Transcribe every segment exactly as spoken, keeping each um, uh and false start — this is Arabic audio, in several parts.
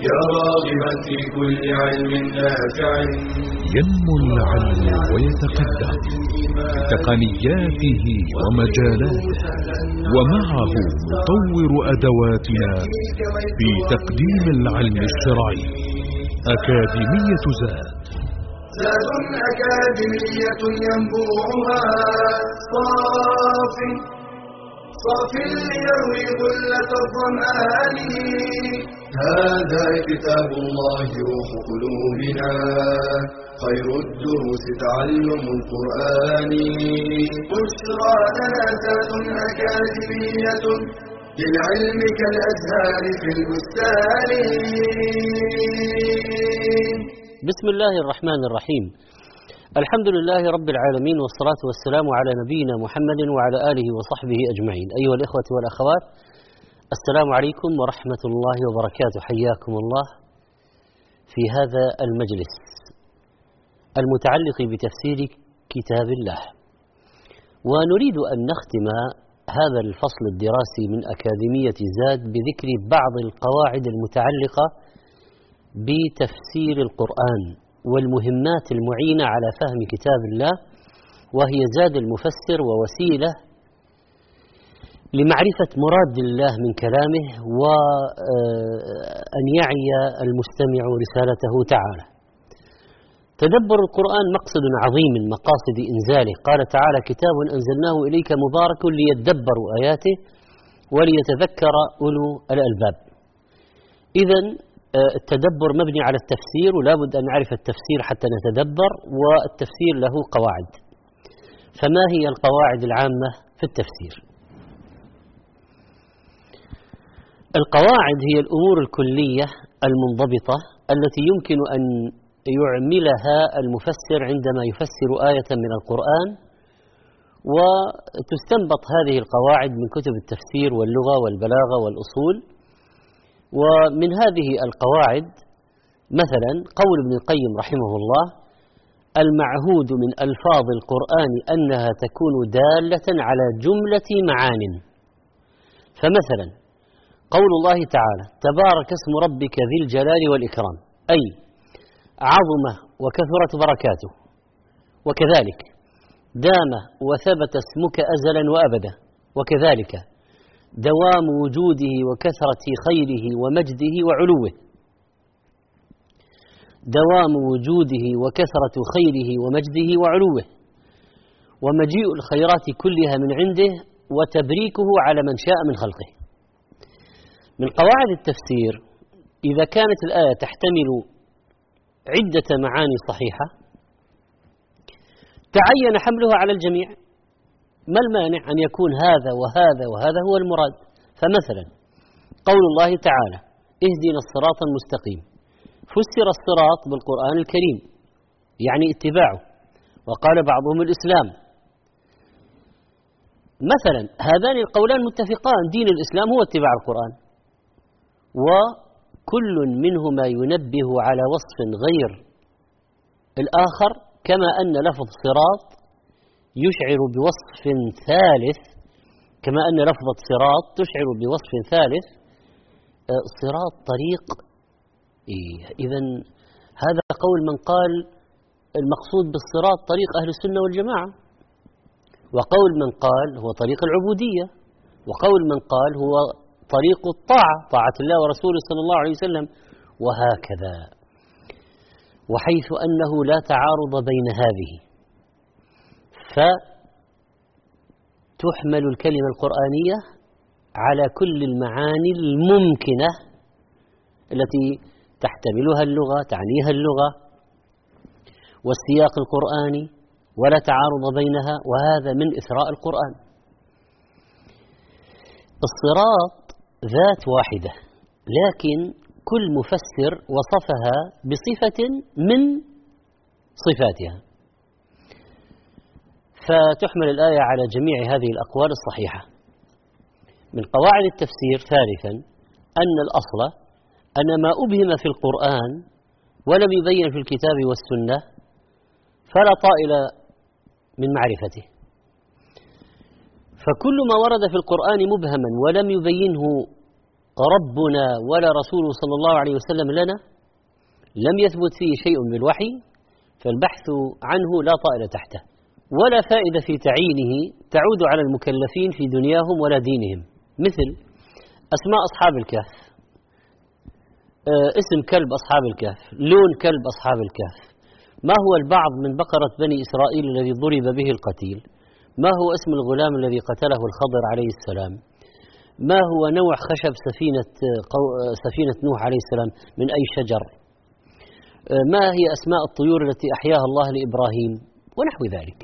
يا راغبا في كل علم نافع. ينمو العلم ويتقدم بتقنياته ومجالاته، ومعه نطور أدواتنا في تقديم العلم الشرعي. أكاديمية زاد زاد أكاديمية ينبوعها صاف صاف ليروي غلة الظمآن. هذا كتاب الله روح قلوبنا، خير الدروس تعلم القرآن. بشرى لنا زاد أكاديمية للعلم كالأزهار في البستان. بسم الله الرحمن الرحيم. الحمد لله رب العالمين، والصلاة والسلام على نبينا محمد وعلى آله وصحبه أجمعين. أيها الإخوة والأخوات، السلام عليكم ورحمة الله وبركاته. حياكم الله في هذا المجلس المتعلق بتفسير كتاب الله. ونريد أن نختم هذا الفصل الدراسي من أكاديمية زاد بذكر بعض القواعد المتعلقة بتفسير القرآن والمهمات المعينة على فهم كتاب الله، وهي زاد المفسر ووسيلة لمعرفة مراد الله من كلامه، وأن يعي المستمع رسالته تعالى. تدبر القرآن مقصد عظيم من مقاصد إنزاله. قال تعالى: كتاب أنزلناه إليك مبارك ليدبروا آياته وليتذكر أولو الألباب. إذن التدبر مبني على التفسير، ولا بد أن نعرف التفسير حتى نتدبر، والتفسير له قواعد. فما هي القواعد العامة في التفسير؟ القواعد هي الأمور الكلية المنضبطة التي يمكن أن يعملها المفسر عندما يفسر آية من القرآن، وتستنبط هذه القواعد من كتب التفسير واللغة والبلاغة والأصول. ومن هذه القواعد مثلا قول ابن القيم رحمه الله: المعهود من ألفاظ القرآن أنها تكون دالة على جملة معان. فمثلا قول الله تعالى: تبارك اسم ربك ذي الجلال والإكرام، أي عظم وكثرت بركاته. وكذلك دام وثبت اسمك أزلا وأبدا. وكذلك دوام وجوده وكثرة خيره ومجده وعلوه. دوام وجوده وكثرة خيره ومجده وعلوه، ومجيء الخيرات كلها من عنده، وتبريكه على من شاء من خلقه. من قواعد التفسير: إذا كانت الآية تحتمل عدة معاني صحيحة تعين حملها على الجميع. ما المانع أن يكون هذا وهذا وهذا هو المراد؟ فمثلا قول الله تعالى: اهدنا الصراط المستقيم، فسر الصراط بالقرآن الكريم يعني اتباعه، وقال بعضهم الإسلام. مثلا هذان القولان متفقان، دين الإسلام هو اتباع القرآن، وكل منهما ينبه على وصف غير الآخر، كما أن لفظ صراط يشعر بوصف ثالث، كما أن لفظة صراط تشعر بوصف ثالث، صراط طريق. إيه إذن هذا قول من قال المقصود بالصراط طريق أهل السنة والجماعة، وقول من قال هو طريق العبودية، وقول من قال هو طريق الطاعة، طاعة الله ورسوله صلى الله عليه وسلم، وهكذا. وحيث أنه لا تعارض بين هذه، فتحمل الكلمة القرآنية على كل المعاني الممكنة التي تحتملها اللغة، تعنيها اللغة والسياق القرآني، ولا تعارض بينها، وهذا من إثراء القرآن. الصراط ذات واحدة، لكن كل مفسر وصفها بصفة من صفاتها، فتحمل الآية على جميع هذه الأقوال الصحيحة. من قواعد التفسير ثالثا أن الأصل أن ما أبهم في القرآن ولم يبين في الكتاب والسنة فلا طائل من معرفته. فكل ما ورد في القرآن مبهما ولم يبينه ربنا ولا رسوله صلى الله عليه وسلم لنا لم يثبت فيه شيء بالوحي، فالبحث عنه لا طائل تحته، ولا فائدة في تعيينه تعود على المكلفين في دنياهم ولا دينهم. مثل أسماء أصحاب الكهف، اسم كلب أصحاب الكهف، لون كلب أصحاب الكهف، ما هو البعض من بقرة بني إسرائيل الذي ضرب به القتيل، ما هو اسم الغلام الذي قتله الخضر عليه السلام، ما هو نوع خشب سفينة, سفينة نوح عليه السلام من أي شجر، ما هي أسماء الطيور التي أحياها الله لإبراهيم ونحو ذلك.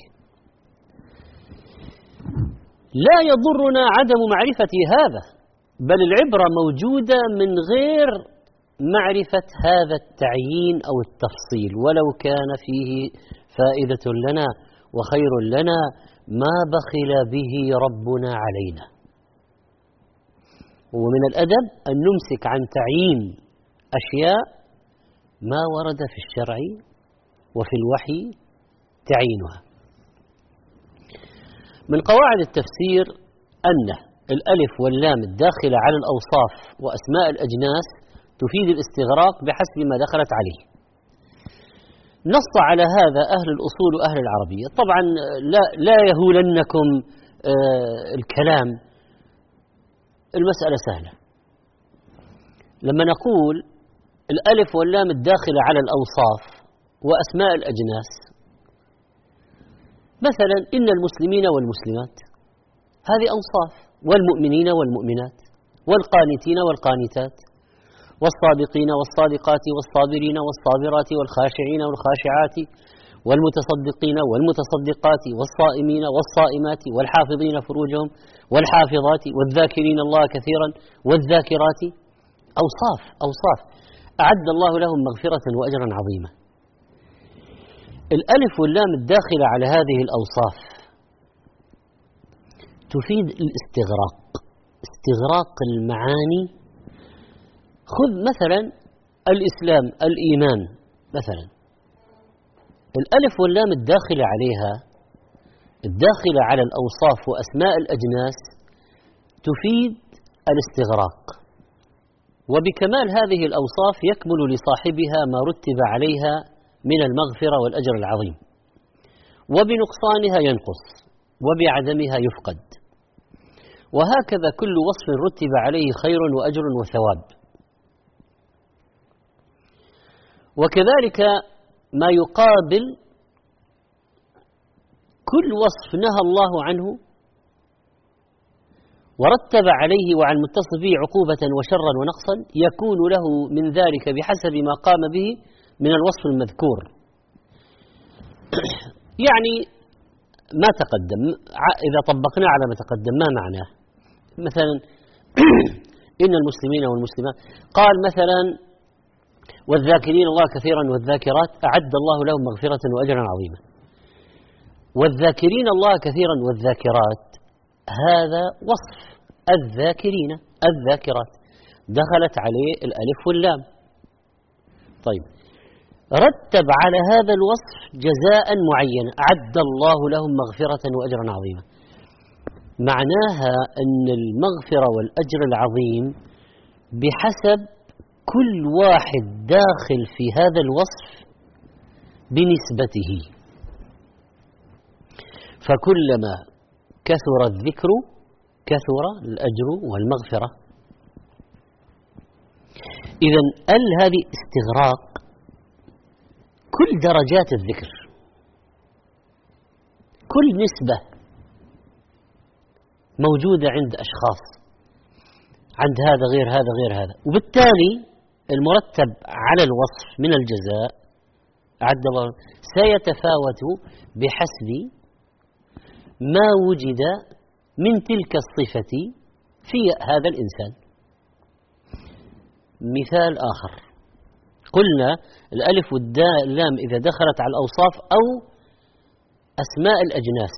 لا يضرنا عدم معرفة هذا، بل العبرة موجودة من غير معرفة هذا التعيين أو التفصيل، ولو كان فيه فائدة لنا وخير لنا ما بخل به ربنا علينا. ومن الأدب أن نمسك عن تعيين أشياء ما ورد في الشرع وفي الوحي تعيينها. من قواعد التفسير أن الألف واللام الداخلة على الأوصاف وأسماء الأجناس تفيد الاستغراق بحسب ما دخلت عليه. نص على هذا أهل الأصول وأهل العربية. طبعا لا, لا يهولنكم آه الكلام، المسألة سهلة. لما نقول الألف واللام الداخلة على الأوصاف وأسماء الأجناس، مثلا إن المسلمين والمسلمات هذه أوصاف، والمؤمنين والمؤمنات، والقانتين والقانتات، والصادقين والصادقات، والصابرين والصابرات، والخاشعين والخاشعات، والمتصدقين والمتصدقات، والصائمين والصائمات، والحافظين فروجهم والحافظات، والذاكرين الله كثيرا والذاكرات. أوصاف أوصاف أعد الله لهم مغفرة وأجرا عظيما. الألف واللام الداخلة على هذه الأوصاف تفيد الاستغراق، استغراق المعاني. خذ مثلا الإسلام، الإيمان مثلا، الألف واللام الداخلة عليها، الداخلة على الأوصاف وأسماء الأجناس، تفيد الاستغراق. وبكمال هذه الأوصاف يكمل لصاحبها ما رتب عليها من المغفرة والأجر العظيم، وبنقصانها ينقص، وبعدمها يفقد. وهكذا كل وصف رتب عليه خير وأجر وثواب. وكذلك ما يقابل كل وصف نهى الله عنه ورتب عليه وعلى المتصف به عقوبة وشرا ونقصا، يكون له من ذلك بحسب ما قام به من الوصف المذكور. يعني ما تقدم إذا طبقناه على ما تقدم ما معناه؟ مثلا إن المسلمين والمسلمات، قال مثلا والذاكرين الله كثيرا والذاكرات أعد الله لهم مغفرة وأجرا عظيما. والذاكرين الله كثيرا والذاكرات هذا وصف الذاكرين الذاكرات، دخلت عليه الألف واللام. طيب، رتب على هذا الوصف جزاء معينا، أعد الله لهم مغفرة وأجرا عظيما. معناها أن المغفرة والأجر العظيم بحسب كل واحد داخل في هذا الوصف بنسبته، فكلما كثر الذكر كثر الأجر والمغفرة. إذن ال هذه استغراق كل درجات الذكر، كل نسبة موجودة عند أشخاص، عند هذا غير هذا غير هذا، وبالتالي المرتب على الوصف من الجزاء أعد الله سيتفاوت بحسب ما وجد من تلك الصفة في هذا الإنسان. مثال آخر، قلنا الألف واللام إذا دخلت على الأوصاف أو أسماء الأجناس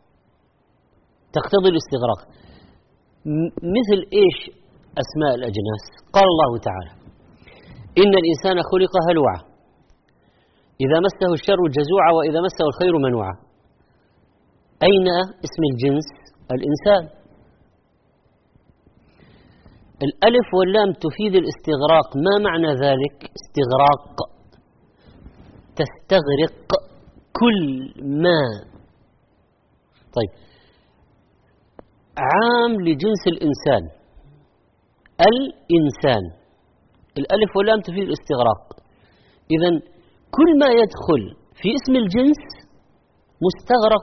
تقتضي الاستغراق. مثل إيش أسماء الأجناس؟ قال الله تعالى إن الإنسان خلق هلوعا إذا مسه الشر جزوعا وإذا مسه الخير منوعا. أين اسم الجنس؟ الإنسان. الألف واللام تفيد الاستغراق. ما معنى ذلك؟ استغراق، تستغرق كل ما. طيب، عام لجنس الإنسان، الإنسان، الألف واللام تفيد الاستغراق. إذن كل ما يدخل في اسم الجنس مستغرق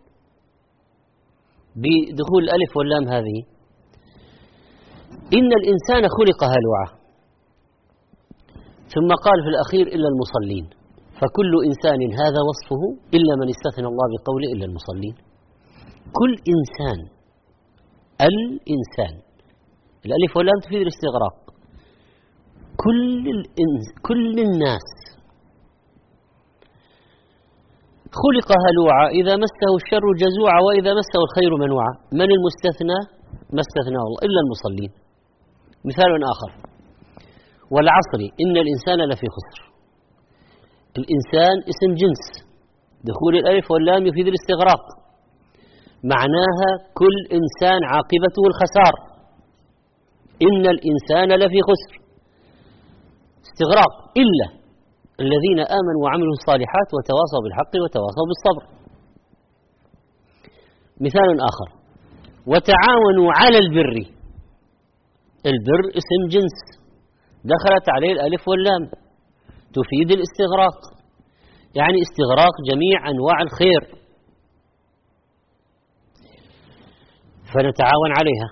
بدخول الألف واللام هذه. إن الإنسان خلق هلوعا، ثم قال في الأخير إلا المصلين، فكل إنسان هذا وصفه إلا من استثنى الله بقوله إلا المصلين. كل إنسان، الإنسان، الألف واللام تفيد الاستغراق. كل الإنس كل الناس. خلق هلوعا إذا مسه الشر جزوعا وإذا مسه الخير منوعا. من المستثنى؟ ما استثناه الله إلا المصلين. مثال آخر: والعصر إن الإنسان لفي خسر. الإنسان اسم جنس، دخول الألف واللام يفيد الاستغراق، معناها كل إنسان عاقبته الخسار. إن الإنسان لفي خسر، استغراق، إلا الذين آمنوا وعملوا الصالحات وتواصوا بالحق وتواصوا بالصبر. مثال آخر: وتعاونوا على البر. البر اسم جنس دخلت عليه الألف واللام تفيد الاستغراق، يعني استغراق جميع أنواع الخير، فنتعاون عليها.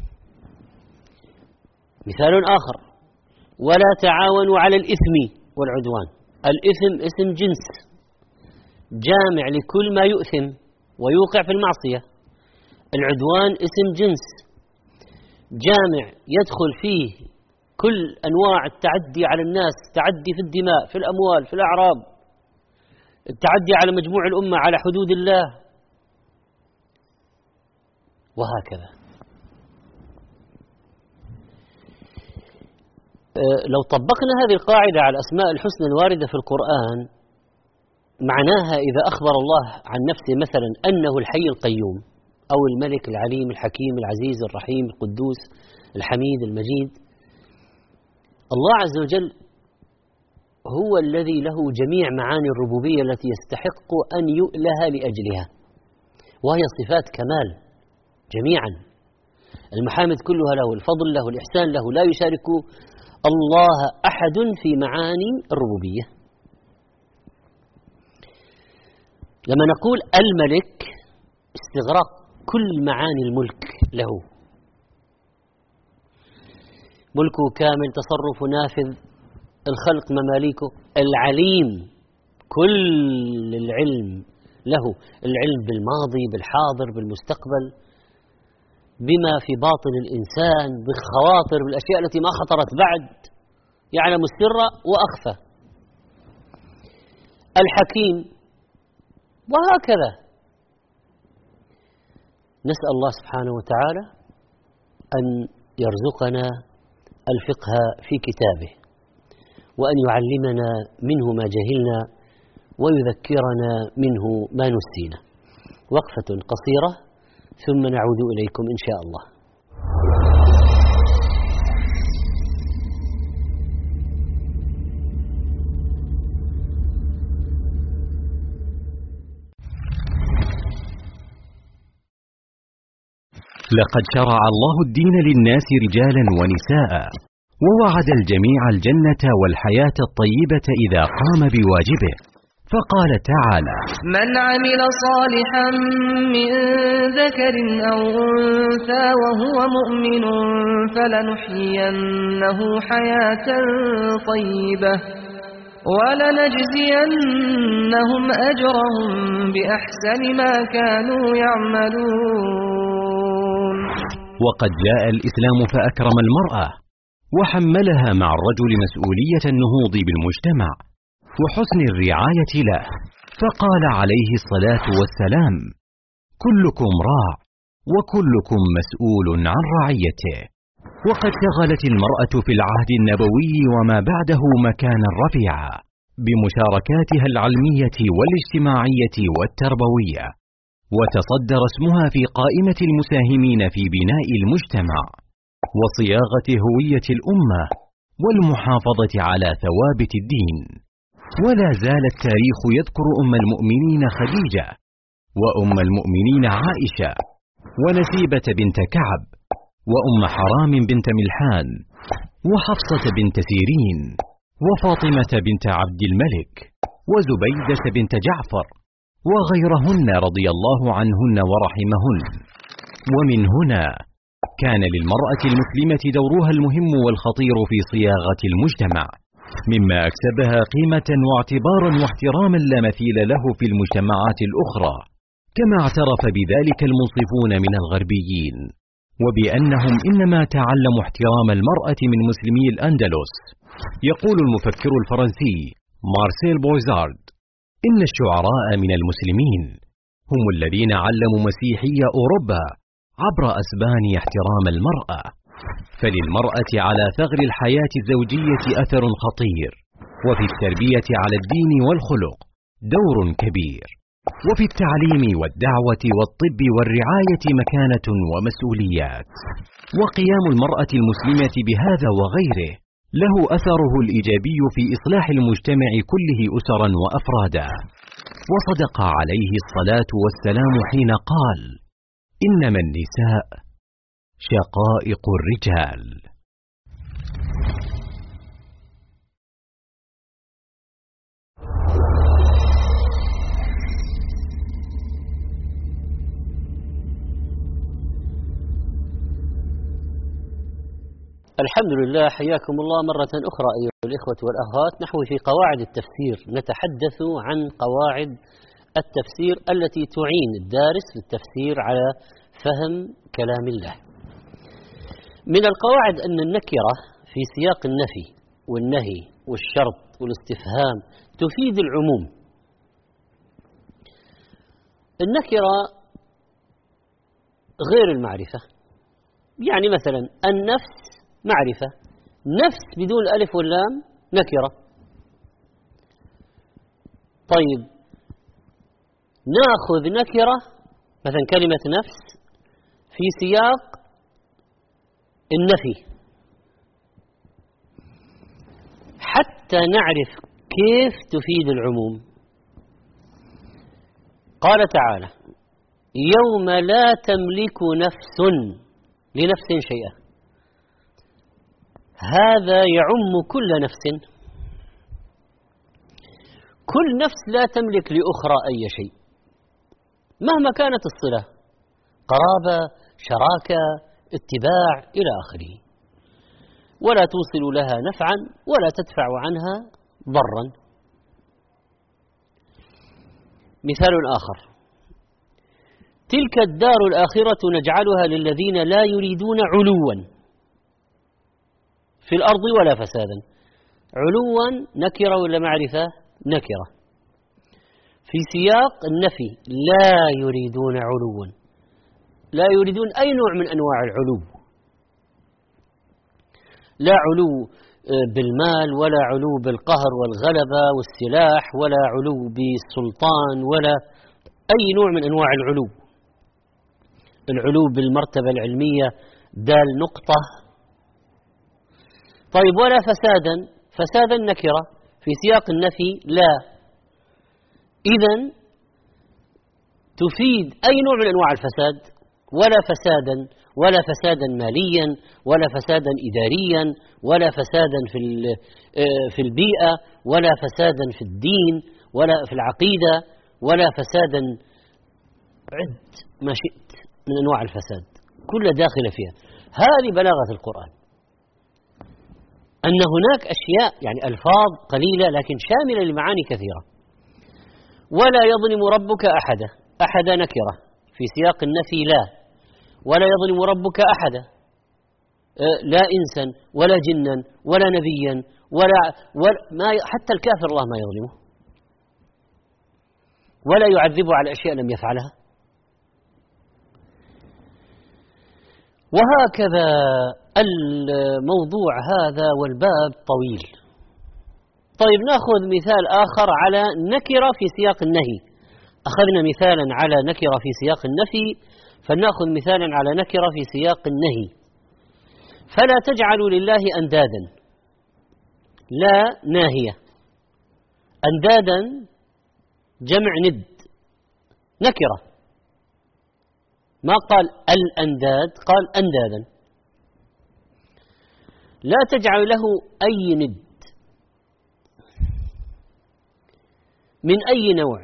مثال آخر: ولا تعاونوا على الإثم والعدوان. الإثم اسم جنس جامع لكل ما يؤثم ويوقع في المعصية. العدوان اسم جنس جامع يدخل فيه كل أنواع التعدي على الناس، التعدي في الدماء، في الأموال، في الأعراض، التعدي على مجموع الأمة، على حدود الله، وهكذا. لو طبقنا هذه القاعدة على الأسماء الحسنى الواردة في القرآن، معناها إذا أخبر الله عن نفسه مثلا أنه الحي القيوم أو الملك العليم الحكيم العزيز الرحيم القدوس الحميد المجيد، الله عز وجل هو الذي له جميع معاني الربوبية التي يستحق أن يؤله لأجلها، وهي صفات كمال جميعا. المحامد كلها له، الفضل له، الإحسان له، لا يشارك الله أحد في معاني الربوبية. لما نقول الملك استغراق كل معاني الملك له، ملكه كامل، تصرف نافذ، الخلق مماليكه. العليم كل العلم له، العلم بالماضي بالحاضر بالمستقبل، بما في باطن الإنسان، بالخواطر، بالأشياء التي ما خطرت بعد، يعلم السر وأخفى. الحكيم، وهكذا. نسأل الله سبحانه وتعالى أن يرزقنا الفقه في كتابه، وأن يعلمنا منه ما جهلنا ويذكرنا منه ما نسينا. وقفة قصيرة ثم نعود إليكم إن شاء الله. لقد شرع الله الدين للناس رجالا ونساء، ووعد الجميع الجنة والحياة الطيبة إذا قام بواجبه، فقال تعالى: من عمل صالحا من ذكر أو أنثى وهو مؤمن فلنحيينه حياة طيبة ولنجزينهم أجرهم بأحسن ما كانوا يعملون. وقد جاء الإسلام فأكرم المرأة وحملها مع الرجل مسؤولية النهوض بالمجتمع وحسن الرعاية له، فقال عليه الصلاة والسلام: كلكم راع وكلكم مسؤول عن رعيته. وقد شغلت المرأة في العهد النبوي وما بعده مكانا رفيعا بمشاركاتها العلمية والاجتماعية والتربوية، وتصدر اسمها في قائمة المساهمين في بناء المجتمع. وصياغة هوية الأمة والمحافظة على ثوابت الدين. ولا زال التاريخ يذكر أم المؤمنين خديجة، وأم المؤمنين عائشة، ونسيبة بنت كعب، وأم حرام بنت ملحان، وحفصة بنت سيرين، وفاطمة بنت عبد الملك، وزبيدة بنت جعفر، وغيرهن رضي الله عنهن ورحمهن. ومن هنا كان للمرأة المسلمة دورها المهم والخطير في صياغة المجتمع، مما أكسبها قيمة واعتبارا واحتراما لا مثيل له في المجتمعات الأخرى، كما اعترف بذلك المنصفون من الغربيين، وبأنهم إنما تعلموا احترام المرأة من مسلمي الأندلس. يقول المفكر الفرنسي مارسيل بويزارد إن الشعراء من المسلمين هم الذين علموا مسيحي أوروبا عبر أسبانيا احترام المرأة، فللمرأة على ثغر الحياة الزوجية أثر خطير، وفي التربية على الدين والخلق دور كبير، وفي التعليم والدعوة والطب والرعاية مكانة ومسؤوليات. وقيام المرأة المسلمة بهذا وغيره له أثره الإيجابي في إصلاح المجتمع كله أسرا وأفرادا. وصدق عليه الصلاة والسلام حين قال: إنما النساء شقائق الرجال. الحمد لله، حياكم الله مرة أخرى أيها الإخوة والأخوات. نحن في قواعد التفسير، نتحدث عن قواعد التفسير التي تعين الدارس للتفسير على فهم كلام الله. من القواعد أن النكرة في سياق النفي والنهي والشرط والاستفهام تفيد العموم. النكرة غير المعرفة، يعني مثلا النفس معرفة، نفس بدون الألف واللام نكرة. طيب نأخذ نكرة مثلا كلمة نفس في سياق النفي حتى نعرف كيف تفيد العموم. قال تعالى: يوم لا تملك نفس لنفس شيئا. هذا يعم كل نفس، كل نفس لا تملك لأخرى أي شيء مهما كانت الصلة، قرابة، شراكة، اتباع إلى آخره، ولا توصل لها نفعا ولا تدفع عنها ضرا. مثال آخر: تلك الدار الآخرة نجعلها للذين لا يريدون علوا في الأرض ولا فسادا. علوا نكرة ولا معرفة؟ نكرة في سياق النفي، لا يريدون علوا، لا يريدون أي نوع من أنواع العلو، لا علو بالمال ولا علو بالقهر والغلبة والسلاح ولا علو بالسلطان ولا أي نوع من أنواع العلو. العلو بالمرتبة العلمية دال نقطة. طيب ولا فسادا، فسادا نكرة في سياق النفي لا، إذن تفيد أي نوع من أنواع الفساد، ولا فسادا، ولا فسادا ماليا ولا فسادا إداريا ولا فسادا في في البيئة ولا فسادا في الدين ولا في العقيدة ولا فسادا، عد ما شئت من أنواع الفساد كلها داخلة فيها. هذه بلاغة القرآن، أن هناك أشياء يعني ألفاظ قليلة لكن شاملة لمعاني كثيرة. ولا يظلم ربك أحدا، أحد نكرة في سياق النفي لا، ولا يظلم ربك أحدا، لا إنسا ولا جنا ولا نبيا ولا, ولا ما حتى الكافر الله ما يظلمه ولا يعذبه على أشياء لم يفعلها. وهكذا الموضوع هذا والباب طويل. طيب نأخذ مثال آخر على نكرة في سياق النهي. أخذنا مثالا على نكرة في سياق النفي، فلنأخذ مثالا على نكرة في سياق النهي. فلا تجعلوا لله أندادا، لا ناهية، أندادا جمع ند نكرة، ما قال الأنداد، قال أندادا. لا تجعل له أي ند من أي نوع،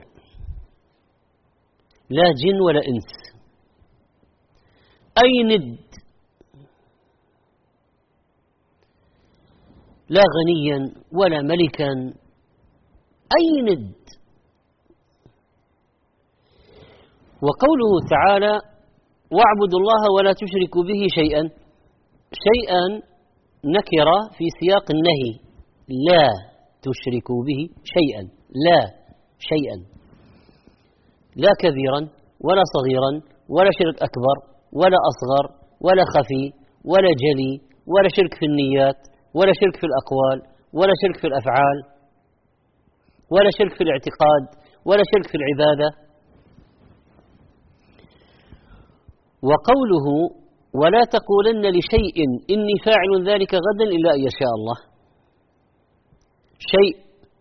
لا جن ولا إنس، أي ند، لا غنيا ولا ملكا، أي ند. وقوله تعالى واعبدوا الله ولا تشركوا به شيئا، شيئا نكرة في سياق النهي، لا تشركوا به شيئا، لا شيئا، لا كبيرا ولا صغيرا ولا شرك أكبر ولا أصغر ولا خفي ولا جلي ولا شرك في النيات ولا شرك في الأقوال ولا شرك في الأفعال ولا شرك في الاعتقاد ولا شرك في العبادة. وقوله ولا تقولن لشيء إني فاعل ذلك غدا إلا أن يشاء الله، شيء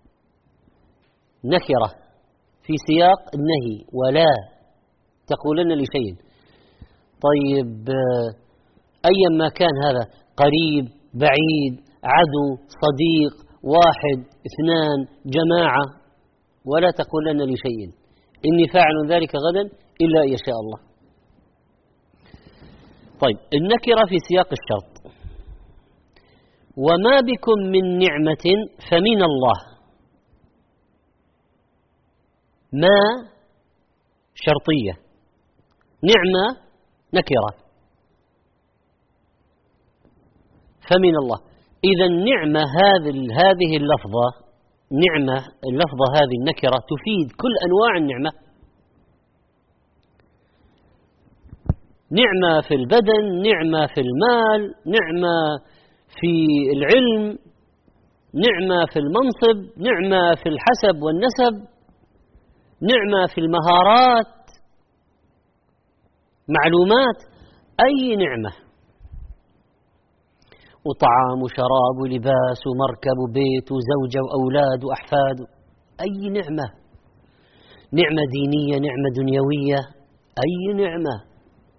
نكرة في سياق النهي، ولا تقولن لشيء. طيب أيا ما كان هذا، قريب بعيد عدو صديق واحد اثنان جماعة، ولا تقولن لشيء إني فاعل ذلك غدا إلا أن يشاء الله. طيب النكرة في سياق الشرط، وما بكم من نعمة فمن الله، ما شرطية، نعمة نكرة، فمن الله. إذا النعمة هذه هذه اللفظة، نعمة اللفظة هذه النكرة تفيد كل أنواع النعمة، نعمة في البدن، نعمة في المال، نعمة في العلم، نعمة في المنصب، نعمة في الحسب والنسب، نعمة في المهارات، معلومات، أي نعمة، وطعام وشراب ولباس ومركب وبيت وزوجة وأولاد وأحفاد، أي نعمة، نعمة دينية، نعمة دنيوية، أي نعمة،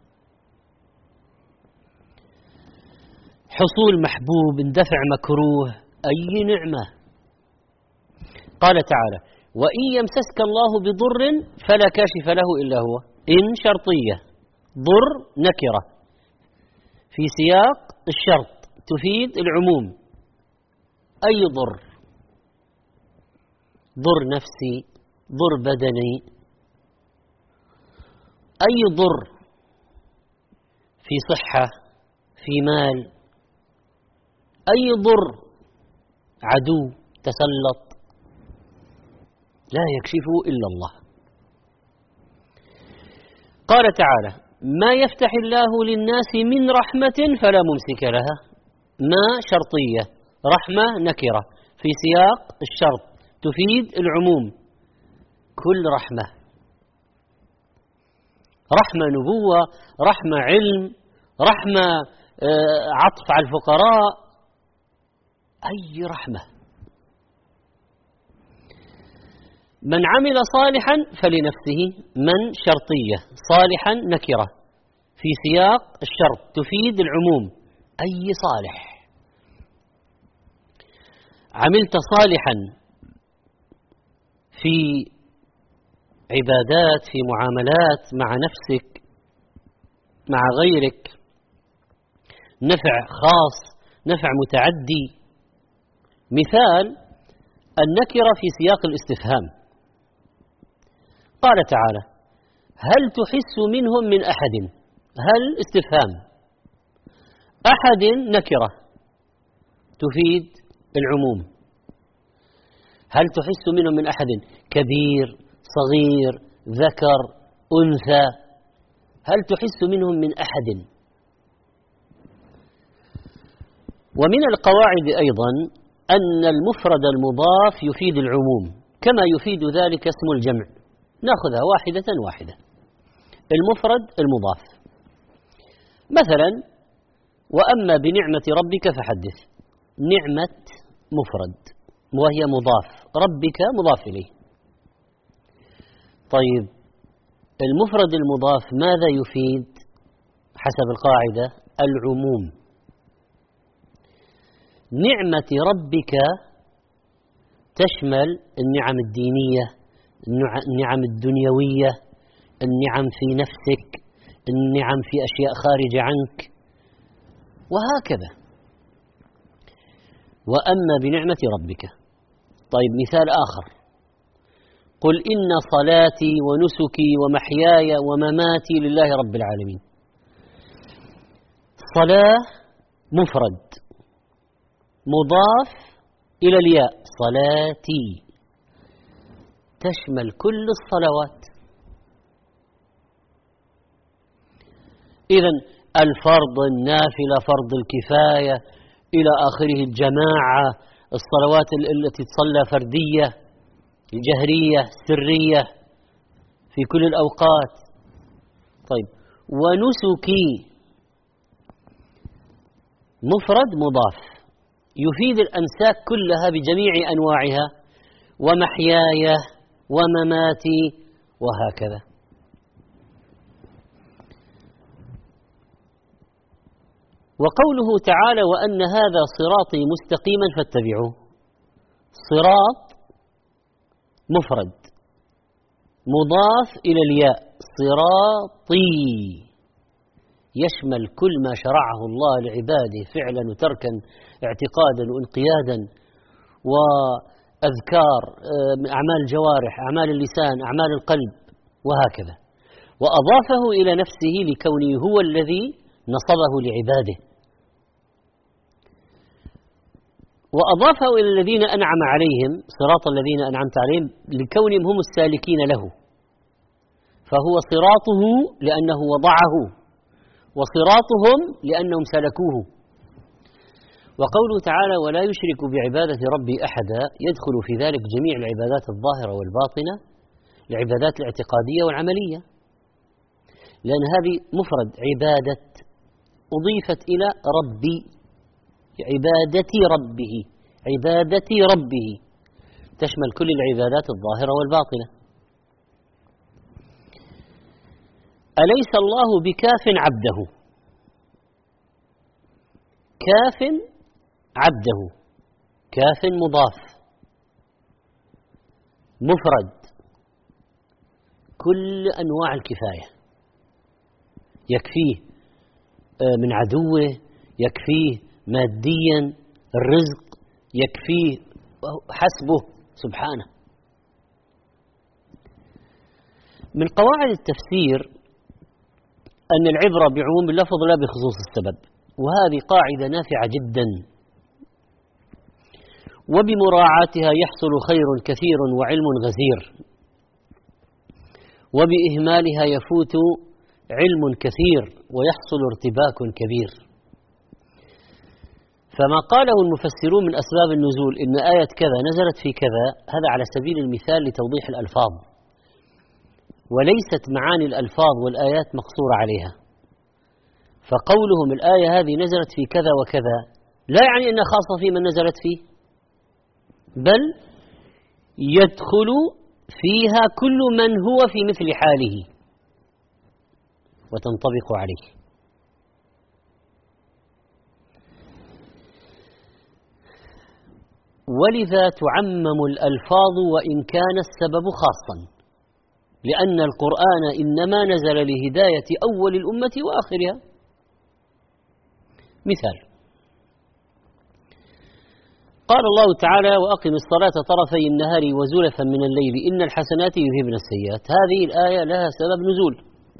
حصول محبوب، اندفع مكروه، أي نعمة. قال تعالى وإن يمسسك الله بضر فلا كاشف له إلا هو، إن شرطية، ضر نكرة في سياق الشرط تفيد العموم، أي ضر، ضر نفسي، ضر بدني، أي ضر في صحة، في مال، أي ضر، عدو تسلط، لا يكشفه إلا الله. قال تعالى ما يفتح الله للناس من رحمة فلا ممسك لها، ما شرطية، رحمة نكرة في سياق الشرط تفيد العموم، كل رحمة، رحمة نبوة، رحمة علم، رحمة عطف على الفقراء، أي رحمة. من عمل صالحا فلنفسه، من شرطية، صالحا نكرة في سياق الشرط تفيد العموم، أي صالح. عملت صالحا في عبادات، في معاملات مع نفسك مع غيرك، نفع خاص، نفع متعدي. مثال النكرة في سياق الاستفهام، قال تعالى هل تحس منهم من أحد، هل استفهام، أحد نكرة تفيد العموم، هل تحس منهم من أحد، كبير صغير ذكر أنثى، هل تحس منهم من أحد. ومن القواعد أيضا أن المفرد المضاف يفيد العموم كما يفيد ذلك اسم الجمع، نأخذها واحدة واحدة. المفرد المضاف، مثلا وأما بنعمة ربك فحدث. نعمة مفرد وهي مضاف، ربك مضاف إليه. طيب المفرد المضاف ماذا يفيد حسب القاعدة؟ العموم. نعمة ربك تشمل النعم الدينية، النعم الدنيوية، النعم في نفسك، النعم في أشياء خارجة عنك، وهكذا. وأما بنعمة ربك. طيب مثال آخر، قل إن صلاتي ونسكي ومحياي ومماتي لله رب العالمين. صلاة مفرد مضاف إلى الياء، صلاتي تشمل كل الصلوات. إذن الفرض، النافلة، فرض الكفاية إلى آخره، الجماعة، الصلوات التي تصلى فردية، الجهرية، السرية، في كل الأوقات. طيب ونسكي مفرد مضاف يفيد الأنساك كلها بجميع أنواعها، ومحياي ومماتي وهكذا. وقوله تعالى وأن هذا صراطي مستقيما فاتبعوه. صراط مفرد مضاف إلى الياء، صراطي يشمل كل ما شرعه الله لعباده فعلا وتركا، اعتقادا وانقيادا، وأذكار من أعمال الجوارح، أعمال اللسان، أعمال القلب، وهكذا. وأضافه إلى نفسه لكونه هو الذي نصبه لعباده، وأضافه إلى الذين أنعم عليهم، صراط الذين أنعمت عليهم، لكونهم هم السالكين له، فهو صراطه لأنه وضعه، وصراطهم لأنهم سلكوه. وقوله تعالى ولا يشرك بعبادة ربي أحدا يدخل في ذلك جميع العبادات الظاهرة والباطنة، العبادات الاعتقادية والعملية، لأن هذه مفرد عبادة أضيفت إلى ربي، عبادتي ربه، عبادتي ربه تشمل كل العبادات الظاهرة والباطنة. أليس الله بكاف عبده؟ كاف عبده، كاف مضاف مفرد كل أنواع الكفاية، يكفيه من عدوه، يكفيه ماديا، الرزق يكفيه، حسبه سبحانه. من قواعد التفسير أن العبرة بعموم اللفظ لا بخصوص السبب، وهذه قاعدة نافعة جدا، وبمراعاتها يحصل خير كثير وعلم غزير، وبإهمالها يفوت علم كثير ويحصل ارتباك كبير. فما قاله المفسرون من أسباب النزول إن آية كذا نزلت في كذا، هذا على سبيل المثال لتوضيح الألفاظ، وليست معاني الألفاظ والآيات مقصورة عليها. فقولهم الآية هذه نزلت في كذا وكذا لا يعني أنها خاصة في من نزلت فيه، بل يدخل فيها كل من هو في مثل حاله وتنطبق عليه. ولذا تعمم الألفاظ وإن كان السبب خاصا، لأن القرآن إنما نزل لهداية أول الأمة وآخرها. مثال، قال الله تعالى وأقم الصلاة طرفي النهار وزلفا من الليل إن الحسنات يذهبن السيئات. هذه الآية لها سبب نزول،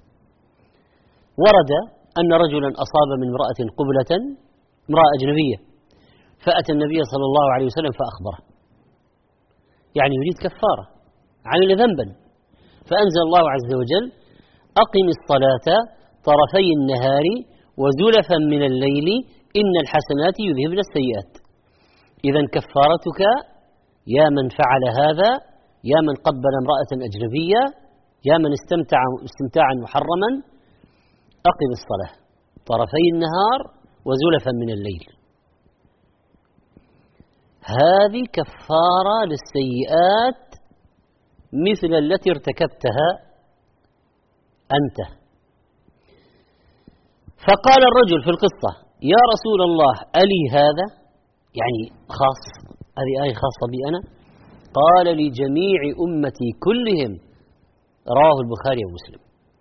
ورد أن رجلا أصاب من امرأة قبلة، امرأة أجنبية، فأتى النبي صلى الله عليه وسلم فأخبره، يعني يريد كفارة، عمل ذنبا، فأنزل الله عز وجل أقم الصلاة طرفي النهار وزلفا من الليل إن الحسنات يذهبن السيئات. إذن كفارتك يا من فعل هذا، يا من قبل امرأة أجنبية، يا من استمتع استمتاعا محرما، أقم الصلاة طرفي النهار وزلفا من الليل. هذه كفارة للسيئات مثل التي ارتكبتها أنت. فقال الرجل في القصة: يا رسول الله ألي هذا؟ يعني خاص، هذه آية خاصة بي أنا؟ قال: لجميع أمتي كلهم. رواه البخاري ومسلم.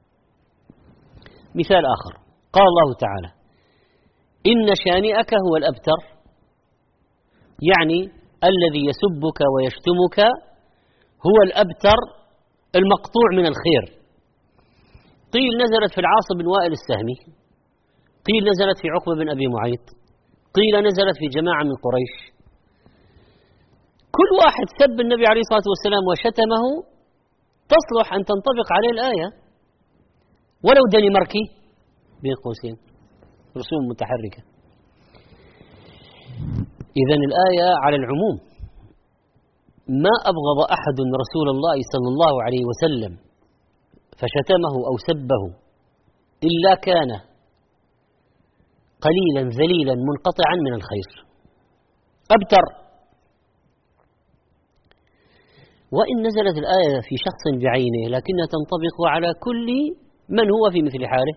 مثال آخر، قال الله تعالى: إن شانئك هو الأبتر، يعني الذي يسبك ويشتمك هو الأبتر المقطوع من الخير. قيل نزلت في العاص بن وائل السهمي، قيل نزلت في عقبة بن أبي معيط، قيل نزلت في جماعة من قريش. كل واحد سب النبي عليه الصلاة والسلام وشتمه تصلح أن تنطبق عليه الآية، ولو دنماركي بين قوسين رسوم متحركة. إذن الآية على العموم، ما أبغض أحد رسول الله صلى الله عليه وسلم فشتمه أو سبه إلا كان قليلا ذليلا منقطعا من الخير، أبتر. وإن نزلت الآية في شخص بعينه لكنها تنطبق على كل من هو في مثل حاله.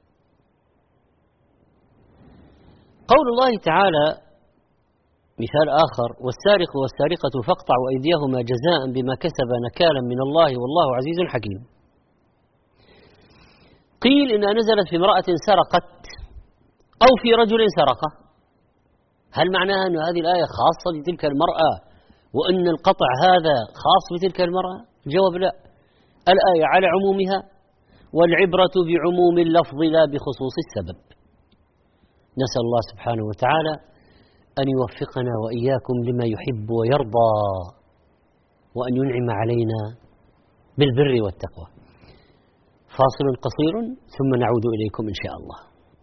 قول الله تعالى مثال آخر: والسارق والسارقة فاقطعوا أيديهما جزاء بما كسبا نكالا من الله والله عزيز حكيم. قيل إنها نزلت في امرأة سرقت أو في رجل سرقه. هل معناها أن هذه الآية خاصة لتلك المرأة وأن القطع هذا خاص بتلك المرأة؟ الجواب لا، الآية على عمومها، والعبرة بعموم اللفظ لا بخصوص السبب. نسأل الله سبحانه وتعالى أن يوفقنا وإياكم لما يحب ويرضى، وأن ينعم علينا بالبر والتقوى. فاصل قصير ثم نعود إليكم إن شاء الله.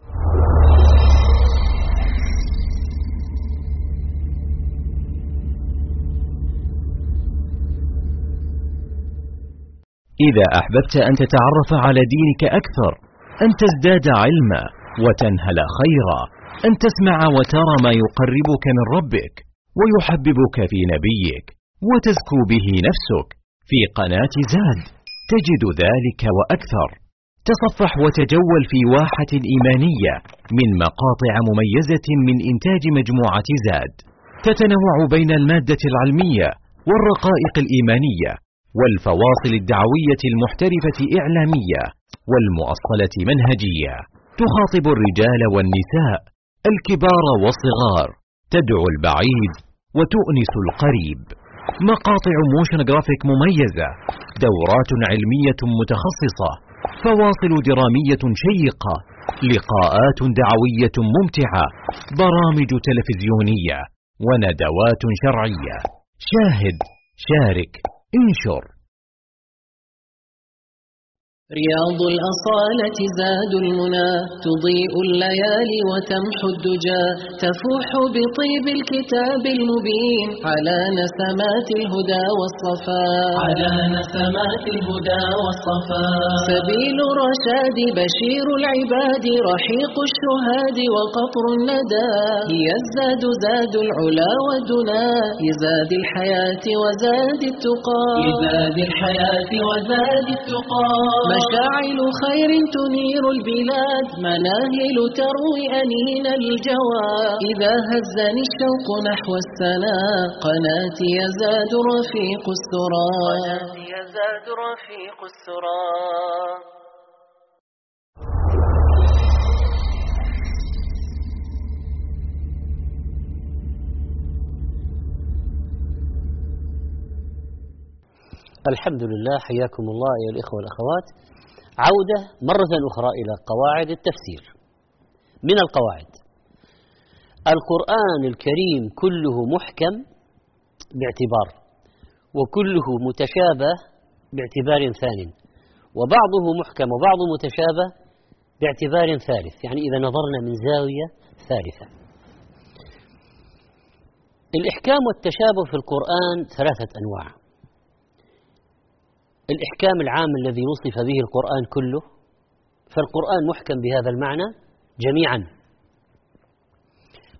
إذا أحببت أن تتعرف على دينك أكثر، أن تزداد علما وتنهل خيرا، أن تسمع وترى ما يقربك من ربك ويحببك في نبيك وتزكو به نفسك، في قناة زاد تجد ذلك وأكثر. تصفح وتجول في واحة إيمانية من مقاطع مميزة من إنتاج مجموعة زاد، تتنوع بين المادة العلمية والرقائق الإيمانية والفواصل الدعوية المحترفة إعلامية والمؤصلة منهجية، تخاطب الرجال والنساء، الكبار والصغار، تدعو البعيد وتؤنس القريب. مقاطع موشن جرافيك مميزة، دورات علمية متخصصة، فواصل درامية شيقة، لقاءات دعوية ممتعة، برامج تلفزيونية وندوات شرعية. شاهد، شارك، انشر. رياض الأصالة زاد المنى، تضيء الليالي وتمحو الدجى، تفوح بطيب الكتاب المبين على نسمات الهدى والصفاء، على نسمات الهدى والصفاء. سبيل الرشاد بشير العباد، رحيق الشهاد وقطر الندى، هي الزاد زاد العلا والدنا، لزاد الحياة وزاد التقى، لزاد الحياة وزاد التقى. مشاعل خير تنير البلاد، مناهل تروي أنين الجوى، إذا هزني الشوق نحو السنا، قناتي يزاد رفيق السرى، قناتي يزاد رفيق السرى. الحمد لله، حياكم الله أيها الإخوة والأخوات. عودة مرة أخرى إلى قواعد التفسير. من القواعد: القرآن الكريم كله محكم باعتبار، وكله متشابه باعتبار ثان، وبعضه محكم وبعضه متشابه باعتبار ثالث، يعني إذا نظرنا من زاوية ثالثة. الإحكام والتشابه في القرآن ثلاثة أنواع: الإحكام العام الذي وصف به القرآن كله، فالقرآن محكم بهذا المعنى جميعا،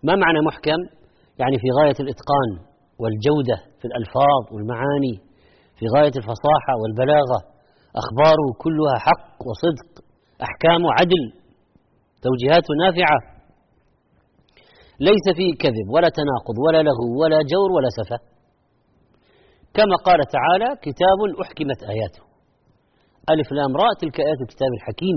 ما معنى محكم؟ يعني في غاية الإتقان والجودة في الألفاظ والمعاني، في غاية الفصاحة والبلاغة، أخباره كلها حق وصدق، أحكامه عدل، توجيهاته نافعة، ليس فيه كذب ولا تناقض ولا لغو ولا جور ولا سفة، كما قال تعالى: كتاب أحكمت آياته، ألف لام راء، تلك آيات الكتاب الحكيم.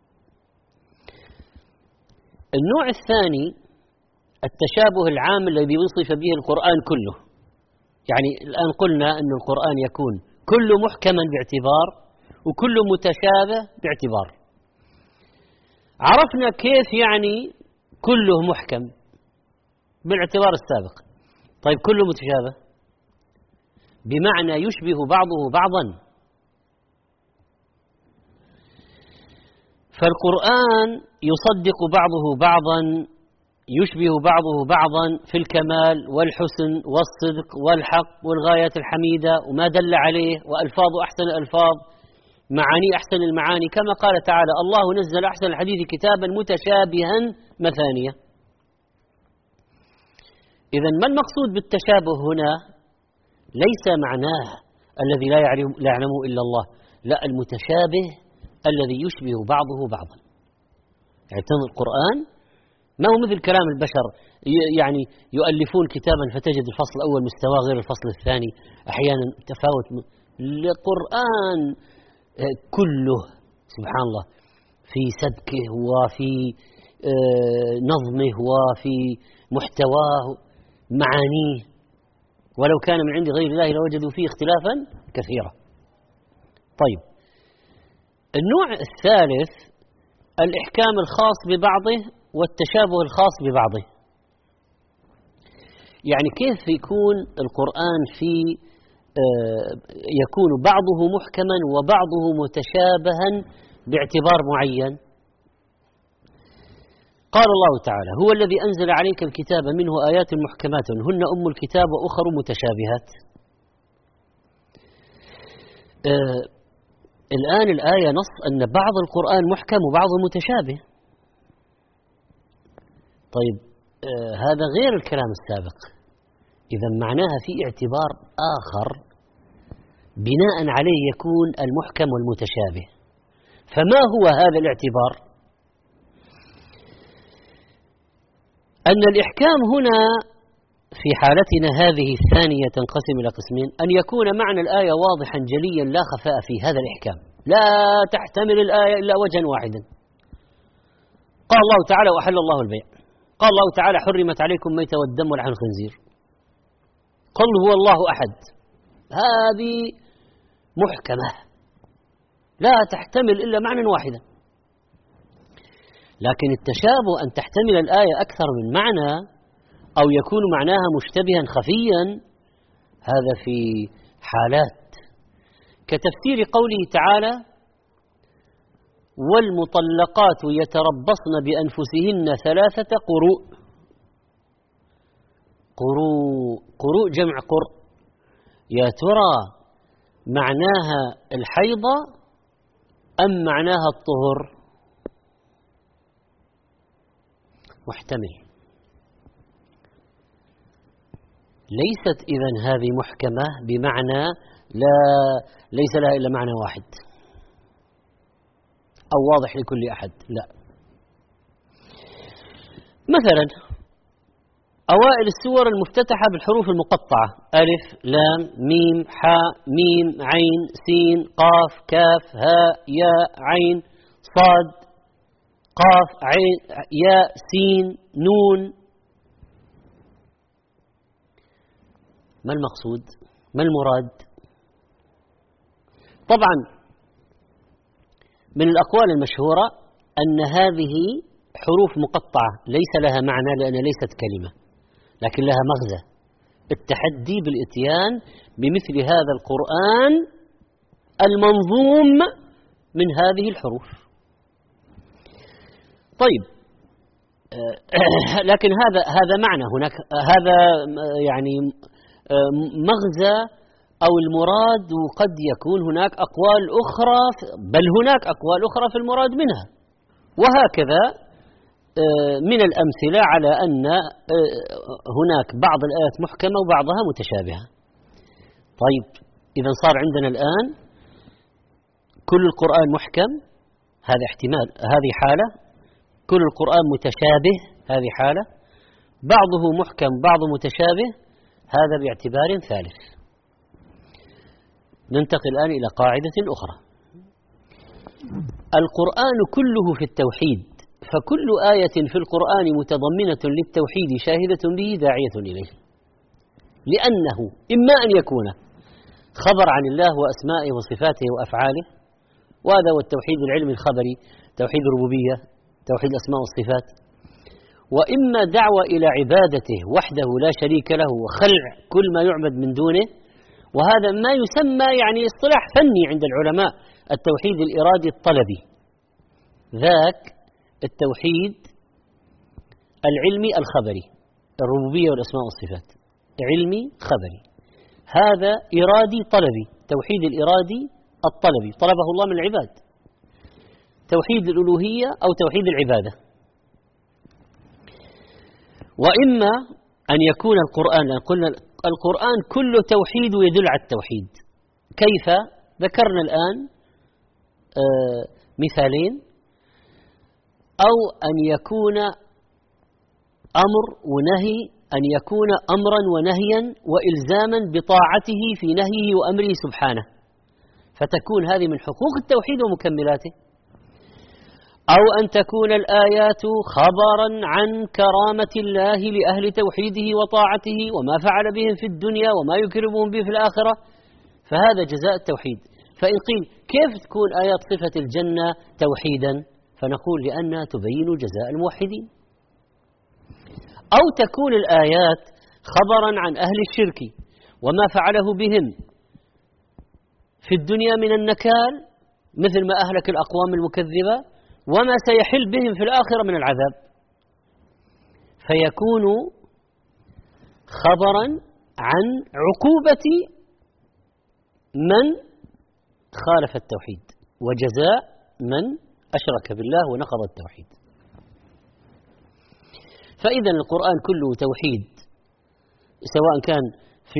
النوع الثاني التشابه العام الذي وصف به القرآن كله. يعني الآن قلنا أن القرآن يكون كله محكما باعتبار وكله متشابه باعتبار. عرفنا كيف يعني كله محكم بالاعتبار السابق. طيب كله متشابه بمعنى يشبه بعضه بعضا. فالقرآن يصدق بعضه بعضا، يشبه بعضه بعضا في الكمال والحسن والصدق والحق والغايات الحميدة وما دل عليه، وألفاظ أحسن الألفاظ، معاني أحسن المعاني، كما قال تعالى: الله نزل أحسن الحديث كتابا متشابها مثانية. إذن ما المقصود بالتشابه هنا؟ ليس معناه الذي لا يعلمه إلا الله، لا، المتشابه الذي يشبه بعضه بعضا. يعني القرآن ما هو مثل كلام البشر، يعني يؤلفون كتابا فتجد الفصل الأول مستواه غير الفصل الثاني، أحيانا تفاوت. القرآن كله سبحان الله في سدكه وفي نظمه وفي محتواه معانيه، ولو كان من عند غير الله لوجدوا فيه اختلافا كثيرا. طيب، النوع الثالث الإحكام الخاص ببعضه والتشابه الخاص ببعضه. يعني كيف يكون القرآن في يكون بعضه محكما وبعضه متشابها باعتبار معين؟ قال الله تعالى: هو الذي أنزل عليك الكتاب منه آيات محكمات هن أم الكتاب وأخر متشابهات. آه الآن الآية نص أن بعض القرآن محكم وبعضه متشابه. طيب، آه هذا غير الكلام السابق، إذا معناها في اعتبار آخر بناء عليه يكون المحكم والمتشابه. فما هو هذا الاعتبار؟ أن الإحكام هنا في حالتنا هذه الثانية تنقسم إلى قسمين: أن يكون معنى الآية واضحا جليا لا خفاء في هذا الإحكام، لا تحتمل الآية إلا وجها واحدا. قال الله تعالى: وأحل الله البيع. قال الله تعالى: حرمت عليكم ميتة والدم ولحم الخنزير. قل هو الله أحد. هذه محكمة لا تحتمل إلا معنى واحدا. لكن التشابه أن تحتمل الآية أكثر من معنى أو يكون معناها مشتبها خفيا، هذا في حالات كتفسير قوله تعالى: والمطلقات يتربصن بأنفسهن ثلاثة قروء. قروء قروء جمع قرء. يا ترى معناها الحيضة أم معناها الطهر؟ محتمل. ليست إذن هذه محكمة بمعنى لا ليس لها إلا معنى واحد أو واضح لكل أحد، لا. مثلا أوائل السور المفتتحة بالحروف المقطعة: ألف لام ميم حاء ميم عين سين قاف كاف هاء ياء عين صاد قاف عين ياء سين نون. ما المقصود؟ ما المراد؟ طبعا من الأقوال المشهورة أن هذه حروف مقطعة ليس لها معنى لأن ليست كلمة، لكن لها مغزى، التحدي بالإتيان بمثل هذا القرآن المنظوم من هذه الحروف. طيب، لكن هذا هذا معنى، هناك هذا يعني مغزى أو المراد، وقد يكون هناك أقوال أخرى، بل هناك أقوال أخرى في المراد منها. وهكذا من الأمثلة على أن هناك بعض الآيات محكمة وبعضها متشابهة. طيب إذا صار عندنا الآن كل القرآن محكم، هذا احتمال، هذه حالة. كل القرآن متشابه، هذه حالة. بعضه محكم بعضه متشابه، هذا باعتبار ثالث. ننتقل الآن إلى قاعدة أخرى. القرآن كله في التوحيد، فكل آية في القرآن متضمنة للتوحيد شاهدة به داعية إليه، لأنه إما أن يكون خبر عن الله وأسمائه وصفاته وأفعاله، وهذا هو التوحيد العلمي الخبري، توحيد الربوبية، توحيد الأسماء والصفات، وإما دعوة إلى عبادته وحده لا شريك له وخلع كل ما يعبد من دونه، وهذا ما يسمى يعني اصطلاح فني عند العلماء التوحيد الإرادي الطلبي، ذاك التوحيد العلمي الخبري، الربوبية والأسماء والصفات علمي خبري، هذا إرادي طلبي، توحيد الإرادي الطلبي طلبه الله من العباد، توحيد الألوهية أو توحيد العبادة. وإما أن يكون القرآن، قلنا القرآن كله توحيد ويدل على التوحيد. كيف؟ ذكرنا الآن آه مثالين، أو أن يكون أمر ونهي، أن يكون أمرا ونهيا وإلزاما بطاعته في نهيه وأمره سبحانه، فتكون هذه من حقوق التوحيد ومكملاته. أو أن تكون الآيات خبرا عن كرامة الله لأهل توحيده وطاعته وما فعل بهم في الدنيا وما يكرمهم به في الآخرة، فهذا جزاء التوحيد. فإن قيل كيف تكون آيات صفة الجنة توحيدا؟ فنقول لأنها تبين جزاء الموحدين. أو تكون الآيات خبرا عن أهل الشرك وما فعله بهم في الدنيا من النكال، مثل ما أهلك الأقوام المكذبة، وما سيحل بهم في الآخرة من العذاب، فيكون خبرا عن عقوبة من خالف التوحيد وجزاء من أشرك بالله ونقض التوحيد. فإذا القرآن كله توحيد، سواء كان في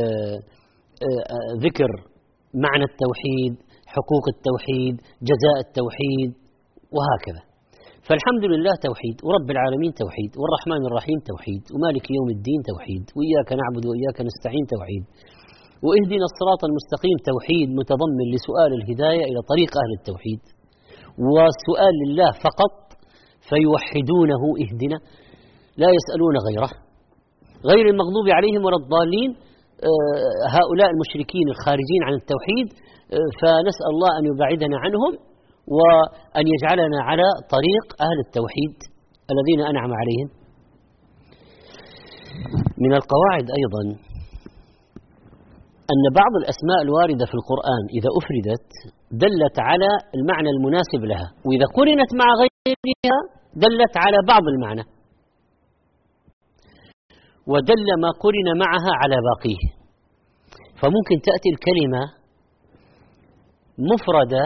ذكر معنى التوحيد، حقوق التوحيد، جزاء التوحيد، وهكذا. فالحمد لله توحيد، ورب العالمين توحيد، والرحمن الرحيم توحيد، ومالك يوم الدين توحيد، وإياك نعبد وإياك نستعين توحيد، واهدنا الصراط المستقيم توحيد متضمن لسؤال الهداية إلى طريق أهل التوحيد، والسؤال لله فقط فيوحدونه اهدنا، لا يسألون غيره، غير المغضوب عليهم ولا الضالين، هؤلاء المشركين الخارجين عن التوحيد، فنسأل الله أن يبعدنا عنهم وأن يجعلنا على طريق أهل التوحيد الذين أنعم عليهم. من القواعد أيضا أن بعض الأسماء الواردة في القرآن إذا أفردت دلت على المعنى المناسب لها، وإذا قرنت مع غيرها دلت على بعض المعنى، ودل ما قرن معها على باقيه. فممكن تأتي الكلمة مفردة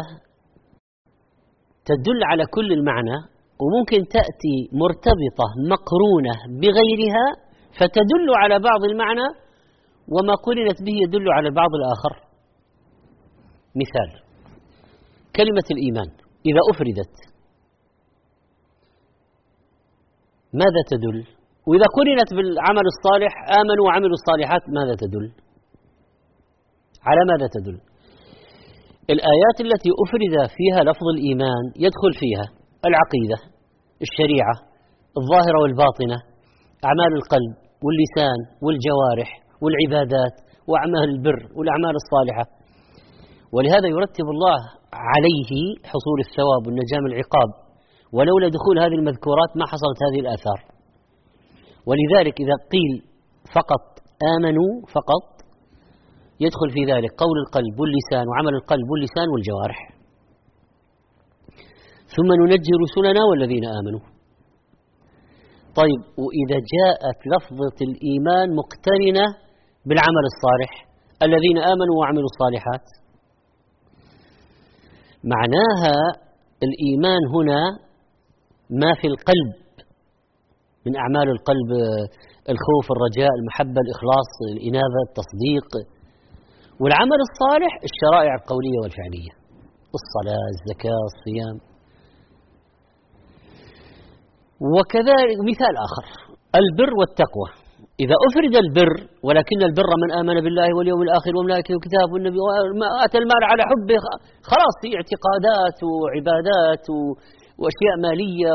تدل على كل المعنى، وممكن تأتي مرتبطة مقرونة بغيرها فتدل على بعض المعنى، وما قرنت به يدل على البعض الآخر. مثال: كلمة الإيمان إذا أفردت ماذا تدل؟ وإذا قرنت بالعمل الصالح آمنوا وعملوا الصالحات ماذا تدل؟ على ماذا تدل؟ الآيات التي أفرد فيها لفظ الإيمان يدخل فيها العقيدة، الشريعة، الظاهرة والباطنة، أعمال القلب واللسان والجوارح والعبادات وأعمال البر والأعمال الصالحة. ولهذا يرتب الله عليه حصول الثواب والنجاة من العقاب، ولولا دخول هذه المذكورات ما حصلت هذه الآثار. ولذلك إذا قيل فقط آمنوا فقط يدخل في ذلك قول القلب واللسان وعمل القلب واللسان والجوارح. ثم ننجي رسلنا والذين آمنوا. طيب، وإذا جاءت لفظة الإيمان مقترنة بالعمل الصالح الذين آمنوا وعملوا الصالحات، معناها الإيمان هنا ما في القلب من أعمال القلب الخوف، الرجاء، المحبة، الإخلاص، الإنابة، التصديق. والعمل الصالح الشرائع القولية والفعلية، الصلاة، الزكاة، الصيام. وكذلك مثال آخر البر والتقوى. إذا أفرد البر، ولكن البر من آمن بالله واليوم الآخر والملائكة والكتاب والنبي وآتى المال على حبه، خلاص في اعتقادات وعبادات وأشياء مالية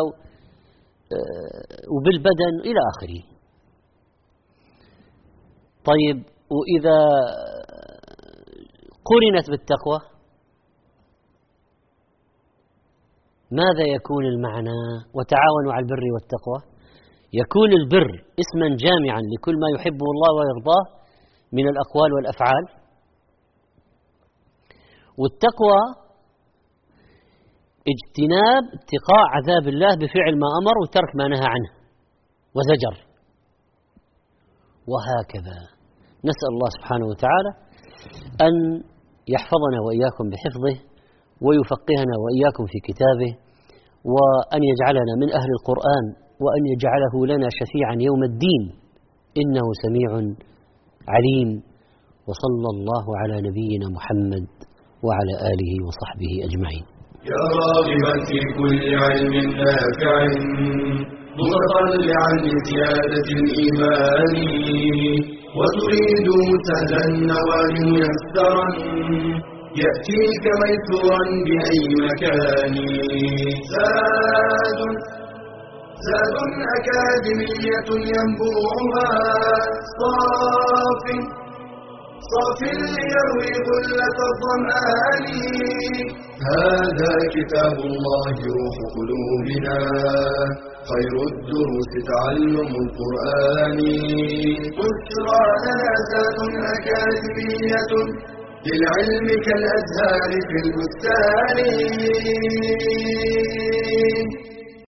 وبالبدن إلى آخره. طيب، وإذا قرنت بالتقوى ماذا يكون المعنى؟ وتعاونوا على البر والتقوى. يكون البر اسما جامعا لكل ما يحبه الله ويرضاه من الأقوال والأفعال، والتقوى اجتناب اتقاء عذاب الله بفعل ما أمر وترك ما نهى عنه وزجر، وهكذا. نسأل الله سبحانه وتعالى أن يحفظنا وإياكم بحفظه، ويفقهنا وإياكم في كتابه، وأن يجعلنا من أهل القرآن، وأن يجعله لنا شفيعا يوم الدين، إنه سميع عليم. وصلى الله على نبينا محمد وعلى آله وصحبه أجمعين. يا راغبا في كل علم نافع متطلعا لزيادة الإيمان، وتريد سهلا النوال ميسرا يأتيك ميسورا بأي مكان. زاد زاد أكاديمية ينبوعها صاف صاف ليروي غلة الظمآن. هذا كتاب الله روح قلوبنا، خير الدروس تعلم القرآن. بشرى لنا زاد أكاديمية للعلم كالأزهار في البستان.